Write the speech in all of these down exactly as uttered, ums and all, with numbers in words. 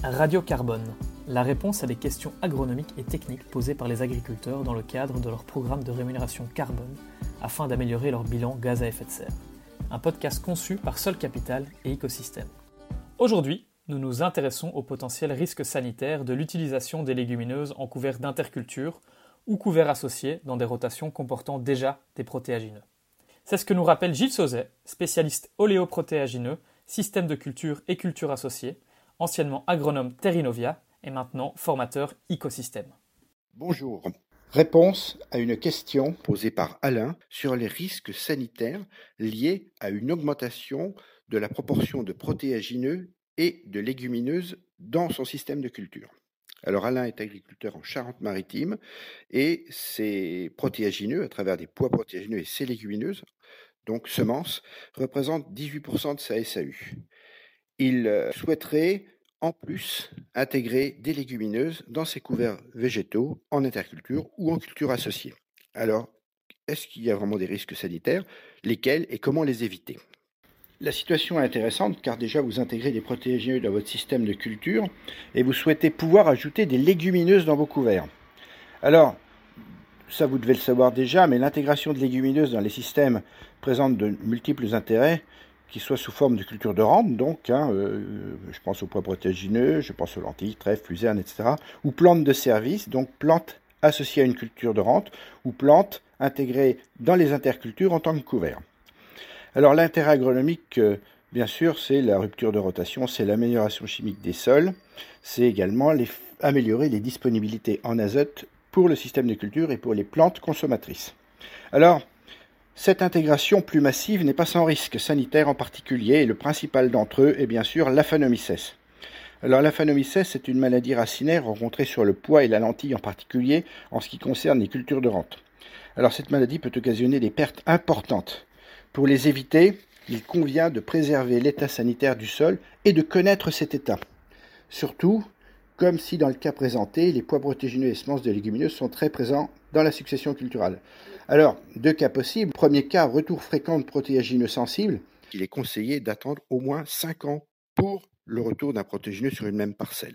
Radio Carbone, la réponse à des questions agronomiques et techniques posées par les agriculteurs dans le cadre de leur programme de rémunération carbone afin d'améliorer leur bilan gaz à effet de serre. Un podcast conçu par Sol Capital et Écosystème. Aujourd'hui, nous nous intéressons au potentiel risque sanitaire de l'utilisation des légumineuses en couvert d'interculture ou couvert associé dans des rotations comportant déjà des protéagineux. C'est ce que nous rappelle Gilles Sauzet, spécialiste oléoprotéagineux, système de culture et culture associée, anciennement agronome Terrinovia et maintenant formateur Écosystème. Bonjour. Réponse à une question posée par Alain sur les risques sanitaires liés à une augmentation de la proportion de protéagineux et de légumineuses dans son système de culture. Alors Alain est agriculteur en Charente-Maritime et ces protéagineux, à travers des pois protéagineux et ces légumineuses, donc semences, représentent dix-huit pour cent de sa S A U. Il souhaiterait en plus intégrer des légumineuses dans ses couverts végétaux en interculture ou en culture associée. Alors, est-ce qu'il y a vraiment des risques sanitaires? Lesquels et comment les éviter? La situation est intéressante car déjà vous intégrez des protéagineux dans votre système de culture et vous souhaitez pouvoir ajouter des légumineuses dans vos couverts. Alors, ça vous devez le savoir déjà, mais l'intégration de légumineuses dans les systèmes présente de multiples intérêts, qui soient sous forme de culture de rente, donc hein, euh, je pense aux pois protéagineux, je pense aux lentilles, trèfles, luzerne, et cetera, ou plantes de service, donc plantes associées à une culture de rente, ou plantes intégrées dans les intercultures en tant que couvert. Alors l'intérêt agronomique, euh, bien sûr, c'est la rupture de rotation, c'est l'amélioration chimique des sols, c'est également les, améliorer les disponibilités en azote pour le système de culture et pour les plantes consommatrices. Alors, cette intégration plus massive n'est pas sans risque sanitaire en particulier, et le principal d'entre eux est bien sûr l'aphanomycèse. Alors l'aphanomycèse est une maladie racinaire rencontrée sur le pois et la lentille en particulier en ce qui concerne les cultures de rente. Alors cette maladie peut occasionner des pertes importantes. Pour les éviter, il convient de préserver l'état sanitaire du sol et de connaître cet état. Surtout, comme si dans le cas présenté, les pois protéagineux et semences de légumineuses sont très présents dans la succession culturelle. Alors, deux cas possibles. Premier cas, retour fréquent de protéagineux sensibles. Il est conseillé d'attendre au moins cinq ans pour le retour d'un protéagineux sur une même parcelle.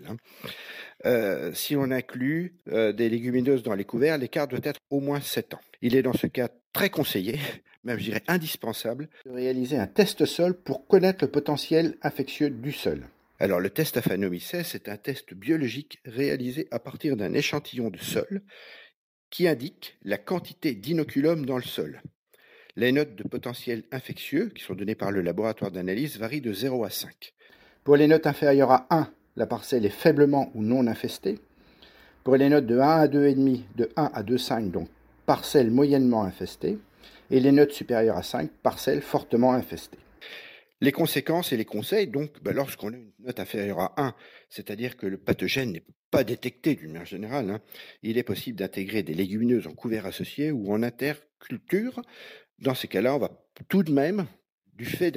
Euh, si on inclut euh, des légumineuses dans les couverts, l'écart doit être au moins sept ans. Il est dans ce cas très conseillé, même je dirais indispensable, de réaliser un test sol pour connaître le potentiel infectieux du sol. Alors le test aphanomycèse est un test biologique réalisé à partir d'un échantillon de sol qui indique la quantité d'inoculum dans le sol. Les notes de potentiel infectieux qui sont données par le laboratoire d'analyse varient de zéro à cinq. Pour les notes inférieures à un, la parcelle est faiblement ou non infestée. Pour les notes de un à deux virgule cinq, de un à deux virgule cinq, donc parcelle moyennement infestée. Et les notes supérieures à cinq, parcelle fortement infestée. Les conséquences et les conseils, donc, ben lorsqu'on a une note inférieure à un, c'est-à-dire que le pathogène n'est pas détecté d'une manière générale, hein, il est possible d'intégrer des légumineuses en couvert associé ou en interculture. Dans ces cas-là, on va tout de même, du fait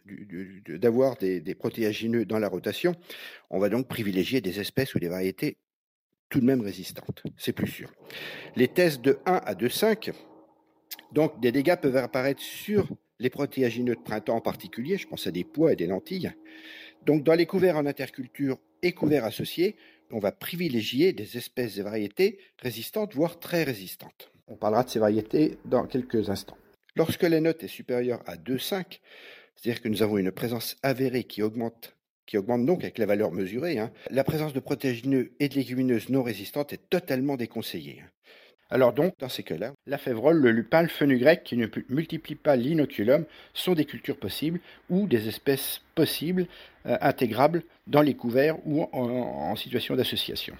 d'avoir des, des protéagineux dans la rotation, on va donc privilégier des espèces ou des variétés tout de même résistantes. C'est plus sûr. Les tests de un à deux virgule cinq, donc des dégâts peuvent apparaître sur les protéagineux de printemps en particulier, je pense à des pois et des lentilles. Donc dans les couverts en interculture et couverts associés, on va privilégier des espèces et variétés résistantes, voire très résistantes. On parlera de ces variétés dans quelques instants. Lorsque la note est supérieure à deux virgule cinq, c'est-à-dire que nous avons une présence avérée qui augmente, qui augmente donc avec la valeur mesurée, hein, la présence de protéagineux et de légumineuses non résistantes est totalement déconseillée. Alors donc, dans ces cas-là, la févrole, le lupin, le fenugrec qui ne multiplient pas l'inoculum sont des cultures possibles ou des espèces possibles euh, intégrables dans les couverts ou en, en situation d'association.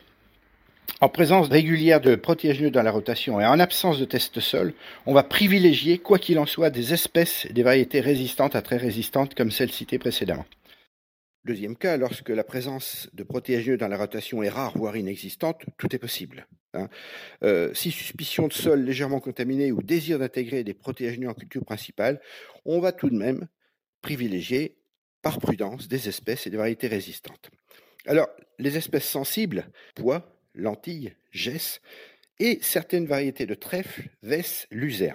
En présence régulière de protéagineux dans la rotation et en absence de test sol, on va privilégier, quoi qu'il en soit, des espèces et des variétés résistantes à très résistantes comme celles citées précédemment. Deuxième cas, lorsque la présence de protéagineux dans la rotation est rare, voire inexistante, tout est possible. Hein. Euh, si suspicion de sol légèrement contaminé ou désir d'intégrer des protéagineux en culture principale, on va tout de même privilégier, par prudence, des espèces et des variétés résistantes. Alors, les espèces sensibles, pois, lentilles, gesses, et certaines variétés de trèfle, vesses, luzerne.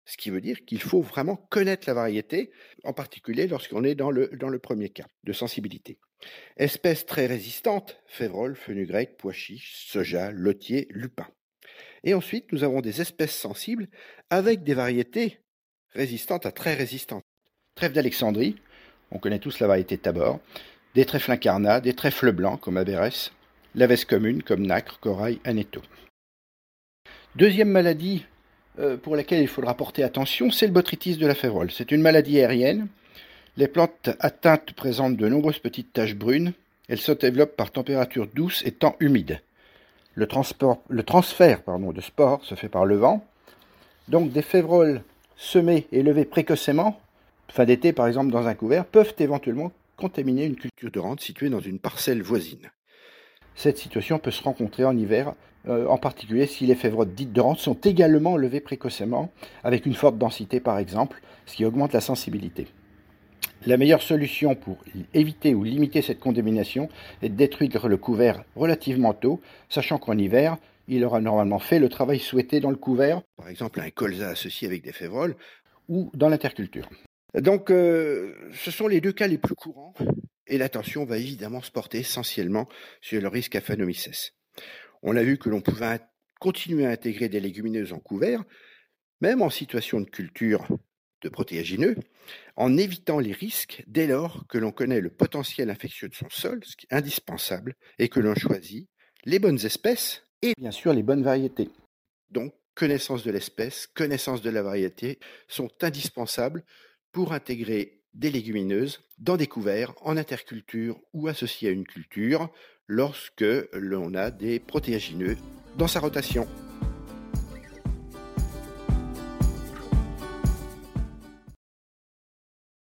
Ce qui veut dire qu'il faut vraiment connaître la variété, en particulier lorsqu'on est dans le, dans le premier cas de sensibilité. Espèces très résistantes, févrole, fenugrec, pois chiche, soja, lotier, lupin. Et ensuite, nous avons des espèces sensibles avec des variétés résistantes à très résistantes. Trèfle d'Alexandrie, on connaît tous la variété de Tabor, des trèfles incarnats, des trèfles blancs comme Abérès, la veste commune comme nacre, corail, annetto. Deuxième maladie euh, pour laquelle il faudra porter attention, c'est le botrytis de la févrole. C'est une maladie aérienne. Les plantes atteintes présentent de nombreuses petites taches brunes. Elles se développent par température douce et temps humide. Le, transport, le transfert pardon, de spores se fait par le vent. Donc des févroles semées et levées précocement, fin d'été par exemple dans un couvert, peuvent éventuellement contaminer une culture de rente située dans une parcelle voisine. Cette situation peut se rencontrer en hiver, euh, en particulier si les févroles dites de rente sont également levées précocement, avec une forte densité par exemple, ce qui augmente la sensibilité. La meilleure solution pour éviter ou limiter cette contamination est de détruire le couvert relativement tôt, sachant qu'en hiver, il aura normalement fait le travail souhaité dans le couvert, par exemple un colza associé avec des févroles, ou dans l'interculture. Donc, euh, ce sont les deux cas les plus courants, et l'attention va évidemment se porter essentiellement sur le risque Aphanomyces. On a vu que l'on pouvait continuer à intégrer des légumineuses en couvert, même en situation de culture de protéagineux, en évitant les risques dès lors que l'on connaît le potentiel infectieux de son sol, ce qui est indispensable, et que l'on choisit les bonnes espèces et bien sûr les bonnes variétés. Donc, connaissance de l'espèce, connaissance de la variété sont indispensables pour intégrer des légumineuses dans des couverts, en interculture ou associés à une culture, lorsque l'on a des protéagineux dans sa rotation.